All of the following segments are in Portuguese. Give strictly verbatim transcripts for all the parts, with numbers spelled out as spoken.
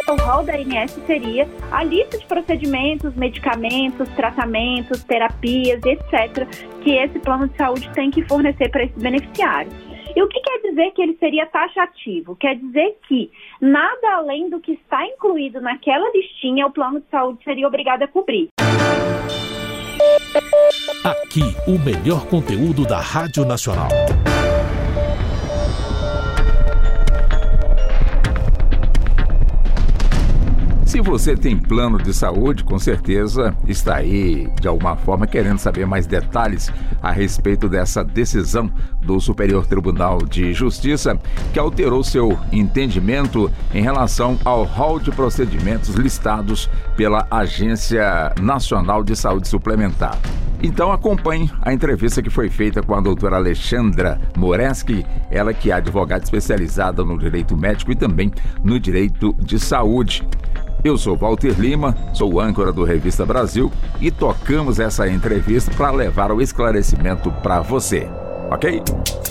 O rol da A N S seria a lista de procedimentos, medicamentos, tratamentos, terapias, etcétera, que esse plano de saúde tem que fornecer para esse beneficiário. E o que quer dizer que ele seria taxativo? Quer dizer que nada além do que está incluído naquela listinha o plano de saúde seria obrigado a cobrir. Aqui, o melhor conteúdo da Rádio Nacional. Se você tem plano de saúde, com certeza está aí, de alguma forma, querendo saber mais detalhes a respeito dessa decisão do Superior Tribunal de Justiça, que alterou seu entendimento em relação ao rol de procedimentos listados pela Agência Nacional de Saúde Suplementar. Então acompanhe a entrevista que foi feita com a doutora Alexandra Moreski, ela que é advogada especializada no direito médico e também no direito de saúde. Eu sou Walter Lima, sou o âncora do Revista Brasil e tocamos essa entrevista para levar o esclarecimento para você, ok?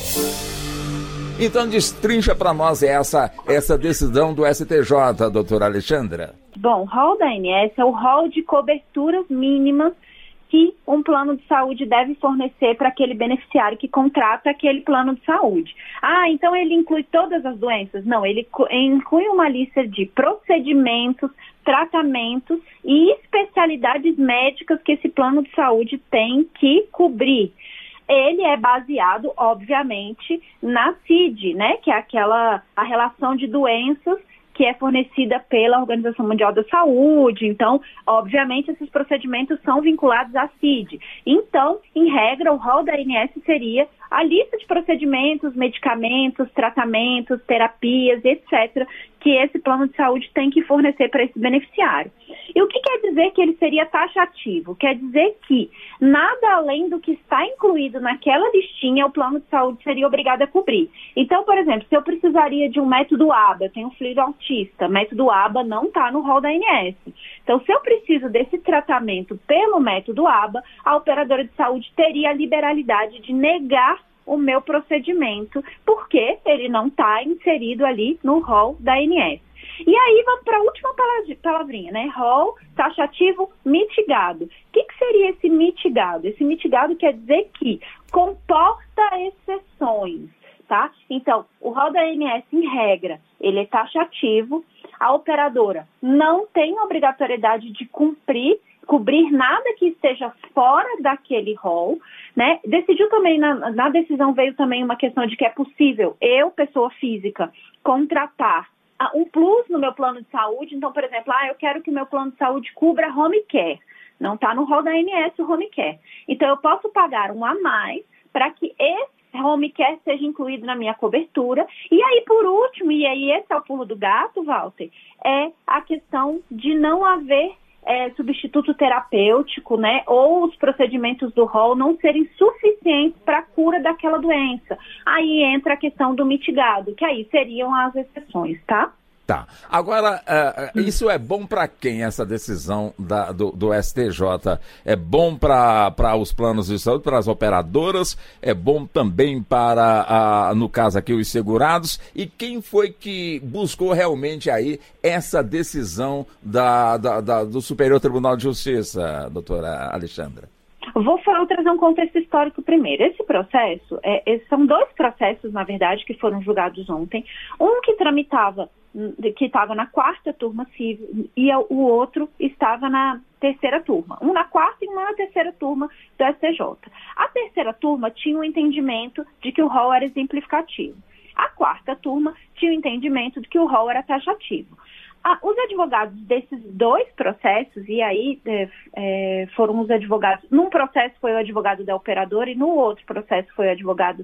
Então destrincha para nós essa, essa decisão do S T J, doutora Alexandra. Bom, o rol da A N S é o rol de coberturas mínimas que um plano de saúde deve fornecer para aquele beneficiário que contrata aquele plano de saúde. Ah, então ele inclui todas as doenças? Não, ele inclui uma lista de procedimentos, tratamentos e especialidades médicas que esse plano de saúde tem que cobrir. Ele é baseado, obviamente, na C I D, né, que é aquela a relação de doenças que é fornecida pela Organização Mundial da Saúde. Então, obviamente, esses procedimentos são vinculados à C I D. Então, em regra, o rol da A N S seria a lista de procedimentos, medicamentos, tratamentos, terapias, etcétera, que esse plano de saúde tem que fornecer para esse beneficiário. E o que quer dizer que ele seria taxativo? Quer dizer que nada além do que está incluído naquela listinha o plano de saúde seria obrigado a cobrir. Então, por exemplo, se eu precisaria de um método A B A, eu tenho um filho autista, método A B A não está no rol da A N S. Então, se eu preciso desse tratamento pelo método A B A, a operadora de saúde teria a liberalidade de negar o meu procedimento, porque ele não está inserido ali no rol da A N S. E aí vamos para a última palavrinha, né? Rol taxativo mitigado. O que, que seria esse mitigado? Esse mitigado quer dizer que comporta exceções, tá? Então, o rol da A N S, em regra, ele é taxativo, a operadora não tem obrigatoriedade de cumprir cobrir nada que esteja fora daquele rol, né? Decidiu também, na, na decisão veio também uma questão de que é possível eu, pessoa física, contratar um plus no meu plano de saúde. Então, por exemplo, ah, eu quero que o meu plano de saúde cubra home care. Não está no rol da A N S o home care. Então, eu posso pagar um a mais para que esse home care seja incluído na minha cobertura. E aí, por último, e aí esse é o pulo do gato, Walter, é a questão de não haver É, substituto terapêutico, né, ou os procedimentos do rol não serem suficientes para a cura daquela doença. Aí entra a questão do mitigado, que aí seriam as exceções, tá? Tá. Agora, uh, isso é bom para quem, essa decisão da, do, do S T J? É bom para os planos de saúde, para as operadoras? É bom também para, uh, no caso aqui, os segurados? E quem foi que buscou realmente aí essa decisão da, da, da, do Superior Tribunal de Justiça, doutora Alexandra? Vou falar, trazer um contexto histórico primeiro. Esse processo, é, esses são dois processos, na verdade, que foram julgados ontem. Um que tramitava, que estava na quarta turma civil e o outro estava na terceira turma. Um na quarta e um na terceira turma do S T J. A terceira turma tinha o entendimento de que o rol era exemplificativo. A quarta turma tinha o entendimento de que o rol era taxativo. Ah, os advogados desses dois processos, e aí é, é, foram os advogados, num processo foi o advogado da operadora e no outro processo foi o advogado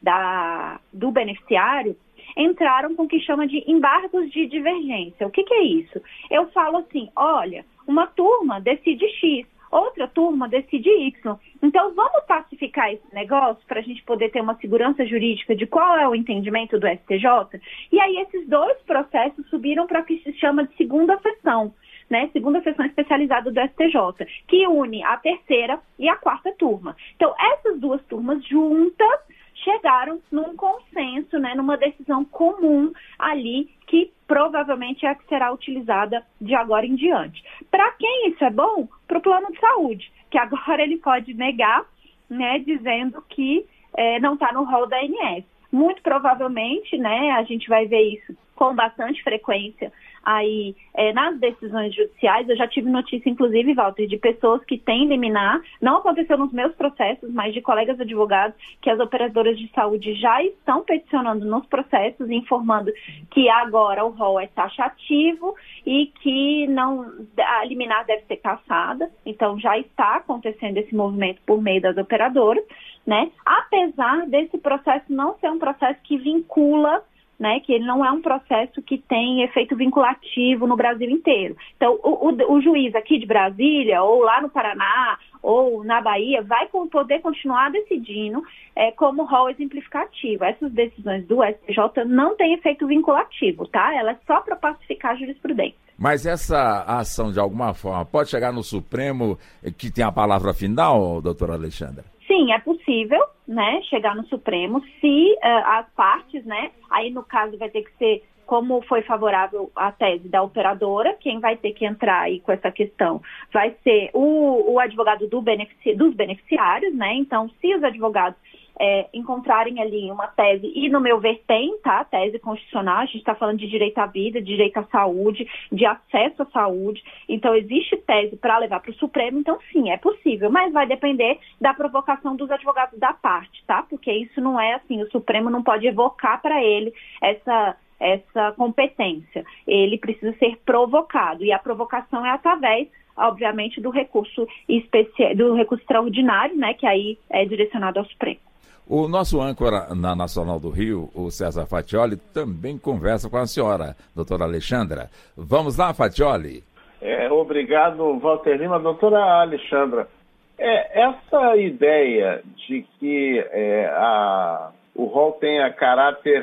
da, do beneficiário, entraram com o que chama de embargos de divergência. O que, que é isso? Eu falo assim, olha, uma turma decide X, outra turma decide Y. Então, vamos pacificar esse negócio para a gente poder ter uma segurança jurídica de qual é o entendimento do S T J? E aí, esses dois processos subiram para o que se chama de segunda sessão, né? Segunda sessão especializada do S T J, que une a terceira e a quarta turma. Então, essas duas turmas juntas chegaram num consenso, né, numa decisão comum ali que provavelmente é a que será utilizada de agora em diante. Para quem isso é bom? Para o plano de saúde, que agora ele pode negar, né, dizendo que é, não está no rol da A N S. Muito provavelmente, né, a gente vai ver isso com bastante frequência aí é, nas decisões judiciais. Eu já tive notícia, inclusive, Walter, de pessoas que têm liminar, não aconteceu nos meus processos, mas de colegas advogados, que as operadoras de saúde já estão peticionando nos processos, informando que agora o rol é taxativo e que não, a liminar deve ser cassada. Então, já está acontecendo esse movimento por meio das operadoras, né? Apesar desse processo não ser um processo que vincula, né, que ele não é um processo que tem efeito vinculativo no Brasil inteiro. Então, o, o, o juiz aqui de Brasília, ou lá no Paraná, ou na Bahia, vai poder continuar decidindo é, como rol exemplificativo. Essas decisões do S T J não têm efeito vinculativo, tá? Ela é só para pacificar a jurisprudência. Mas essa ação, de alguma forma, pode chegar no Supremo, que tem a palavra final, doutora Alexandra? Sim, é possível, né, chegar no Supremo se uh, as partes, né, aí no caso vai ter que ser, como foi favorável a tese da operadora, quem vai ter que entrar aí com essa questão vai ser o, o advogado do benefici- dos beneficiários, né, então se os advogados É, encontrarem ali uma tese, e no meu ver tem, tá, tese constitucional, a gente está falando de direito à vida, de direito à saúde, de acesso à saúde, então existe tese para levar para o Supremo, então sim, é possível, mas vai depender da provocação dos advogados da parte, tá, porque isso não é assim, o Supremo não pode evocar para ele essa, essa competência, ele precisa ser provocado, e a provocação é através, obviamente, do recurso especial, do recurso extraordinário, né, que aí é direcionado ao Supremo. O nosso âncora na Nacional do Rio, o César Fatioli, também conversa com a senhora, doutora Alexandra. Vamos lá, Fatioli. É, obrigado, Walter Lima. Doutora Alexandra, é, essa ideia de que é, a, o rol tenha caráter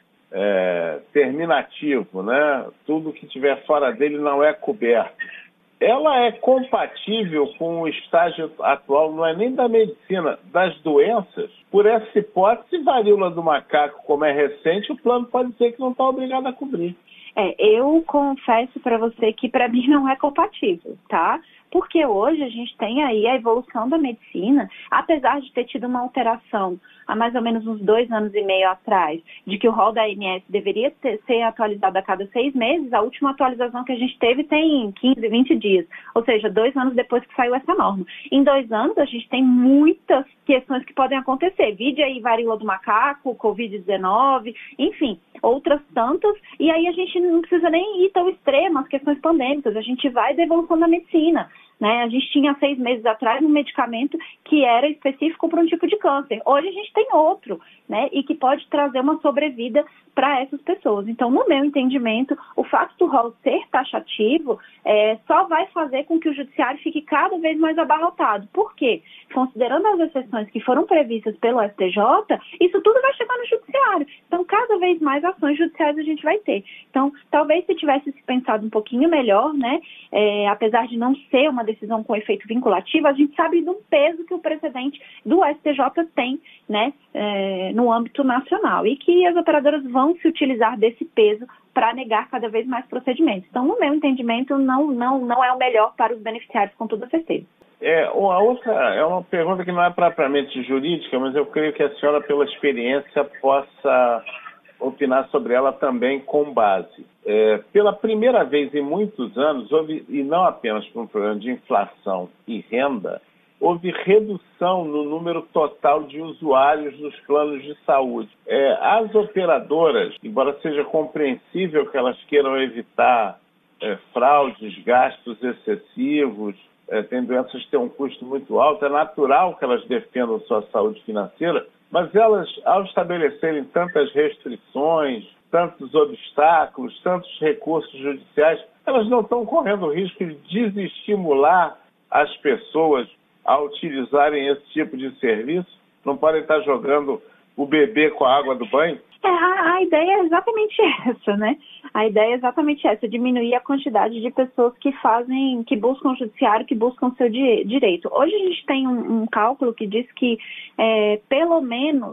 é, terminativo, né? Tudo que estiver fora dele não é coberto. Ela é compatível com o estágio atual, não é nem da medicina, das doenças. Por essa hipótese, varíola do macaco, como é recente, o plano pode ser que não está obrigado a cobrir. É, eu confesso para você que para mim não é compatível, tá? Porque hoje a gente tem aí a evolução da medicina, apesar de ter tido uma alteração há mais ou menos uns dois anos e meio atrás, de que o rol da A N S deveria ter, ser atualizado a cada seis meses, a última atualização que a gente teve tem quinze, vinte dias, ou seja, dois anos depois que saiu essa norma. Em dois anos a gente tem muitas questões que podem acontecer, vide aí varíola do macaco, covid dezenove, enfim, outras tantas, e aí a gente não precisa nem ir tão extremo, as questões pandêmicas, a gente vai da evolução da medicina. Né? A gente tinha seis meses atrás um medicamento que era específico para um tipo de câncer. Hoje a gente tem outro, né? E que pode trazer uma sobrevida para essas pessoas. Então, no meu entendimento, o fato do rol ser taxativo é, só vai fazer com que o judiciário fique cada vez mais abarrotado. Por quê? Considerando as exceções que foram previstas pelo S T J, isso tudo vai chegar no judiciário. Então, cada vez mais ações judiciais a gente vai ter. Então, talvez se tivesse se pensado um pouquinho melhor, né? É, apesar de não ser uma decisão com efeito vinculativo, a gente sabe do peso que o precedente do S T J tem, né, é, no âmbito nacional, e que as operadoras vão se utilizar desse peso para negar cada vez mais procedimentos. Então, no meu entendimento, não, não, não é o melhor para os beneficiários, com toda certeza. É, a outra é uma pergunta que não é propriamente jurídica, mas eu creio que a senhora, pela experiência, possa opinar sobre ela também com base. É, pela primeira vez em muitos anos, houve, e não apenas por um problema de inflação e renda, houve redução no número total de usuários dos planos de saúde. É, as operadoras, embora seja compreensível que elas queiram evitar é, fraudes, gastos excessivos, é, tem doenças que têm um custo muito alto, é natural que elas defendam sua saúde financeira, mas elas, ao estabelecerem tantas restrições, tantos obstáculos, tantos recursos judiciais, elas não estão correndo o risco de desestimular as pessoas a utilizarem esse tipo de serviço? Não podem estar jogando o bebê com a água do banho? É, a, a ideia é exatamente essa, né? A ideia é exatamente essa, diminuir a quantidade de pessoas que fazem, que buscam o judiciário, que buscam seu di- direito. Hoje a gente tem um, um cálculo que diz que é, pelo menos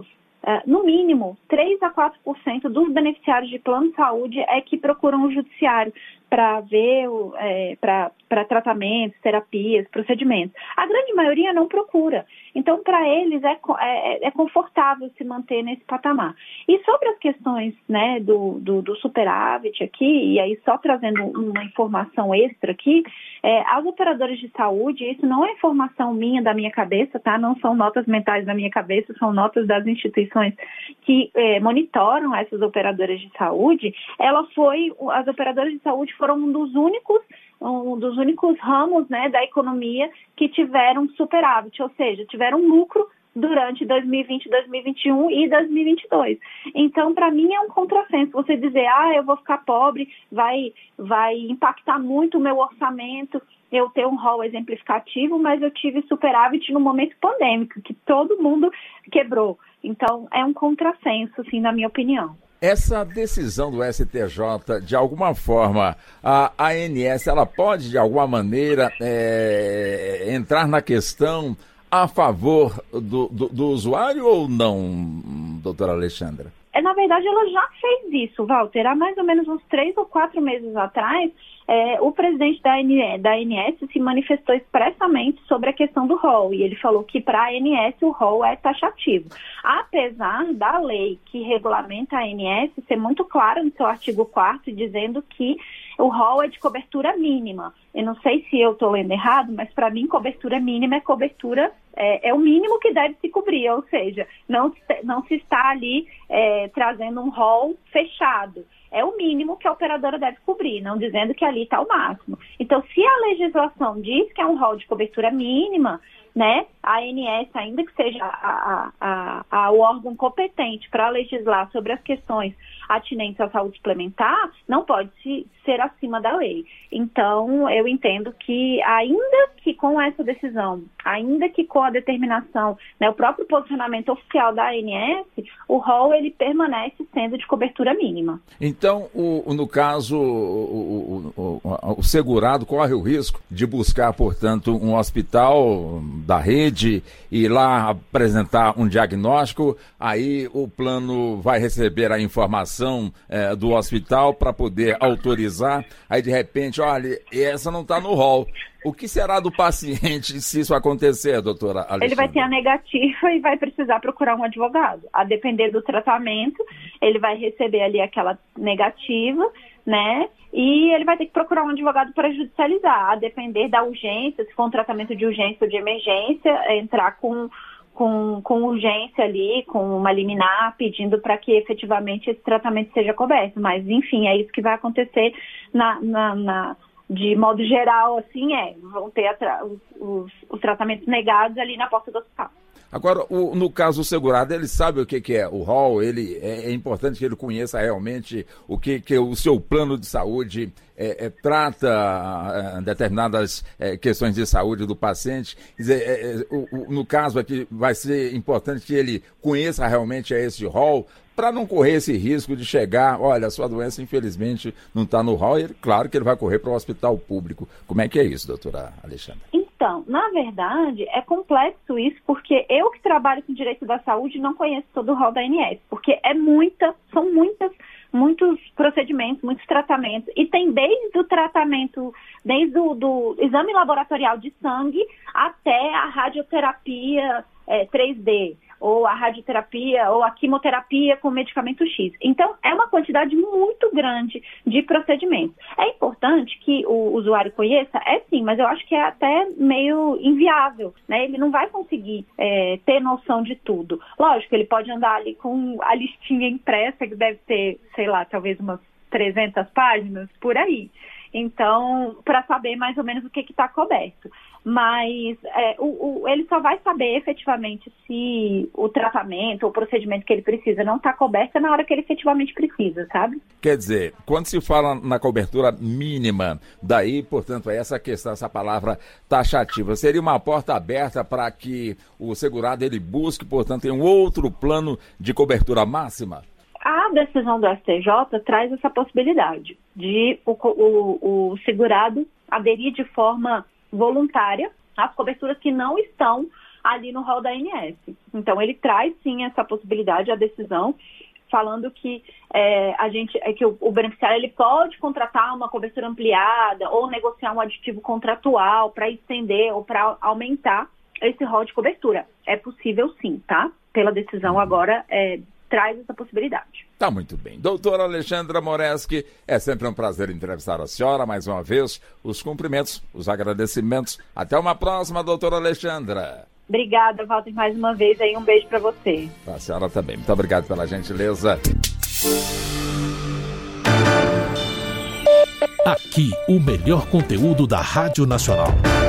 uh, no mínimo, três a quatro por cento dos beneficiários de plano de saúde é que procuram o judiciário para ver, é, para tratamentos, terapias, procedimentos. A grande maioria não procura. Então, para eles, é, é, é confortável se manter nesse patamar. E sobre as questões, né, do, do, do superávit aqui, e aí só trazendo uma informação extra aqui, é, as operadoras de saúde, isso não é informação minha, da minha cabeça, tá? Não são notas mentais da minha cabeça, são notas das instituições que é, monitoram essas operadoras de saúde. Ela foi, as operadoras de saúde foram um dos únicos, um dos únicos ramos, né, da economia que tiveram superávit, ou seja, tiveram lucro durante dois mil e vinte, dois mil e vinte e um e dois mil e vinte e dois. Então, para mim, é um contrassenso você dizer, ah, eu vou ficar pobre, vai, vai impactar muito o meu orçamento, eu ter um rol exemplificativo, mas eu tive superávit no momento pandêmico, que todo mundo quebrou. Então, é um contrassenso, assim, na minha opinião. Essa decisão do S T J, de alguma forma, a ANS, ela pode, de alguma maneira, é, entrar na questão a favor do, do, do usuário ou não, doutora Alexandra? É, na verdade, ela já fez isso, Walter. Há mais ou menos uns três ou quatro meses atrás, é, o presidente da, da A N S se manifestou expressamente sobre a questão do rol. E ele falou que para a A N S o rol é taxativo. Apesar da lei que regulamenta a A N S ser muito clara no seu artigo quarto, dizendo que o rol é de cobertura mínima. Eu não sei se eu estou lendo errado, mas para mim cobertura mínima é cobertura, é, é o mínimo que deve se cobrir, ou seja, não, não se está ali é, trazendo um rol fechado. É o mínimo que a operadora deve cobrir, não dizendo que ali está o máximo. Então, se a legislação diz que é um rol de cobertura mínima, né, a ANS, ainda que seja a, a, a, o órgão competente para legislar sobre as questões atinentes à saúde suplementar, não pode se, ser acima da lei. Então, eu entendo que, ainda que com essa decisão, ainda que com a determinação, né, o próprio posicionamento oficial da A N S, o rol ele permanece sendo de cobertura mínima. Então, o, no caso, o, o, o, o segurado corre o risco de buscar, portanto, um hospital da rede e lá apresentar um diagnóstico, aí o plano vai receber a informação é, do hospital para poder autorizar, aí de repente, olha, essa não está no rol. O que será do paciente se isso acontecer, doutora Alexandra? Ele vai ter a negativa e vai precisar procurar um advogado. A depender do tratamento, ele vai receber ali aquela negativa, né? E ele vai ter que procurar um advogado para judicializar, a depender da urgência, se for um tratamento de urgência ou de emergência, entrar com, com, com urgência ali, com uma liminar, pedindo para que efetivamente esse tratamento seja coberto. Mas, enfim, é isso que vai acontecer na... na, na de modo geral, assim, é, vão ter atra- os, os, os tratamentos negados ali na porta do hospital. Agora, o, no caso do segurado, ele sabe o que, que é o rol, ele, é, é importante que ele conheça realmente o que, que o seu plano de saúde é, é, trata é, determinadas é, questões de saúde do paciente. Quer dizer, é, é, o, o, no caso aqui, vai ser importante que ele conheça realmente esse rol, para não correr esse risco de chegar, olha, a sua doença infelizmente não está no rol, e ele, claro que ele vai correr para o hospital público. Como é que é isso, doutora Alexandra? Então, na verdade, é complexo isso, porque eu que trabalho com direito da saúde não conheço todo o rol da A N S, porque é muita, são muitas, muitos procedimentos, muitos tratamentos, e tem desde o tratamento, desde o do exame laboratorial de sangue até a radioterapia é, três D, ou a radioterapia, ou a quimioterapia com medicamento X. Então, é uma quantidade muito grande de procedimentos. É importante que o usuário conheça? É sim, mas eu acho que é até meio inviável, né? Ele não vai conseguir é, ter noção de tudo. Lógico, ele pode andar ali com a listinha impressa, que deve ter, sei lá, talvez umas trezentas páginas, por aí. Então, para saber mais ou menos o que está coberto. Mas é, o, o, ele só vai saber efetivamente se o tratamento ou o procedimento que ele precisa não está coberto na hora que ele efetivamente precisa, sabe? Quer dizer, quando se fala na cobertura mínima, daí, portanto, é essa questão, essa palavra taxativa. Seria uma porta aberta para que o segurado ele busque, portanto, um outro plano de cobertura máxima? A decisão do S T J traz essa possibilidade de o, o, o segurado aderir de forma voluntária às coberturas que não estão ali no rol da A N S. Então, ele traz, sim, essa possibilidade, a decisão, falando que, é, a gente, é que o, o beneficiário ele pode contratar uma cobertura ampliada ou negociar um aditivo contratual para estender ou para aumentar esse rol de cobertura. É possível, sim, tá? Pela decisão agora, é, traz essa possibilidade. Tá muito bem. Doutora Alexandra Moreski, é sempre um prazer entrevistar a senhora mais uma vez. Os cumprimentos, os agradecimentos. Até uma próxima, doutora Alexandra. Obrigada, Walter, mais uma vez aí. Um beijo para você. Para a senhora também. Muito obrigado pela gentileza. Aqui, o melhor conteúdo da Rádio Nacional.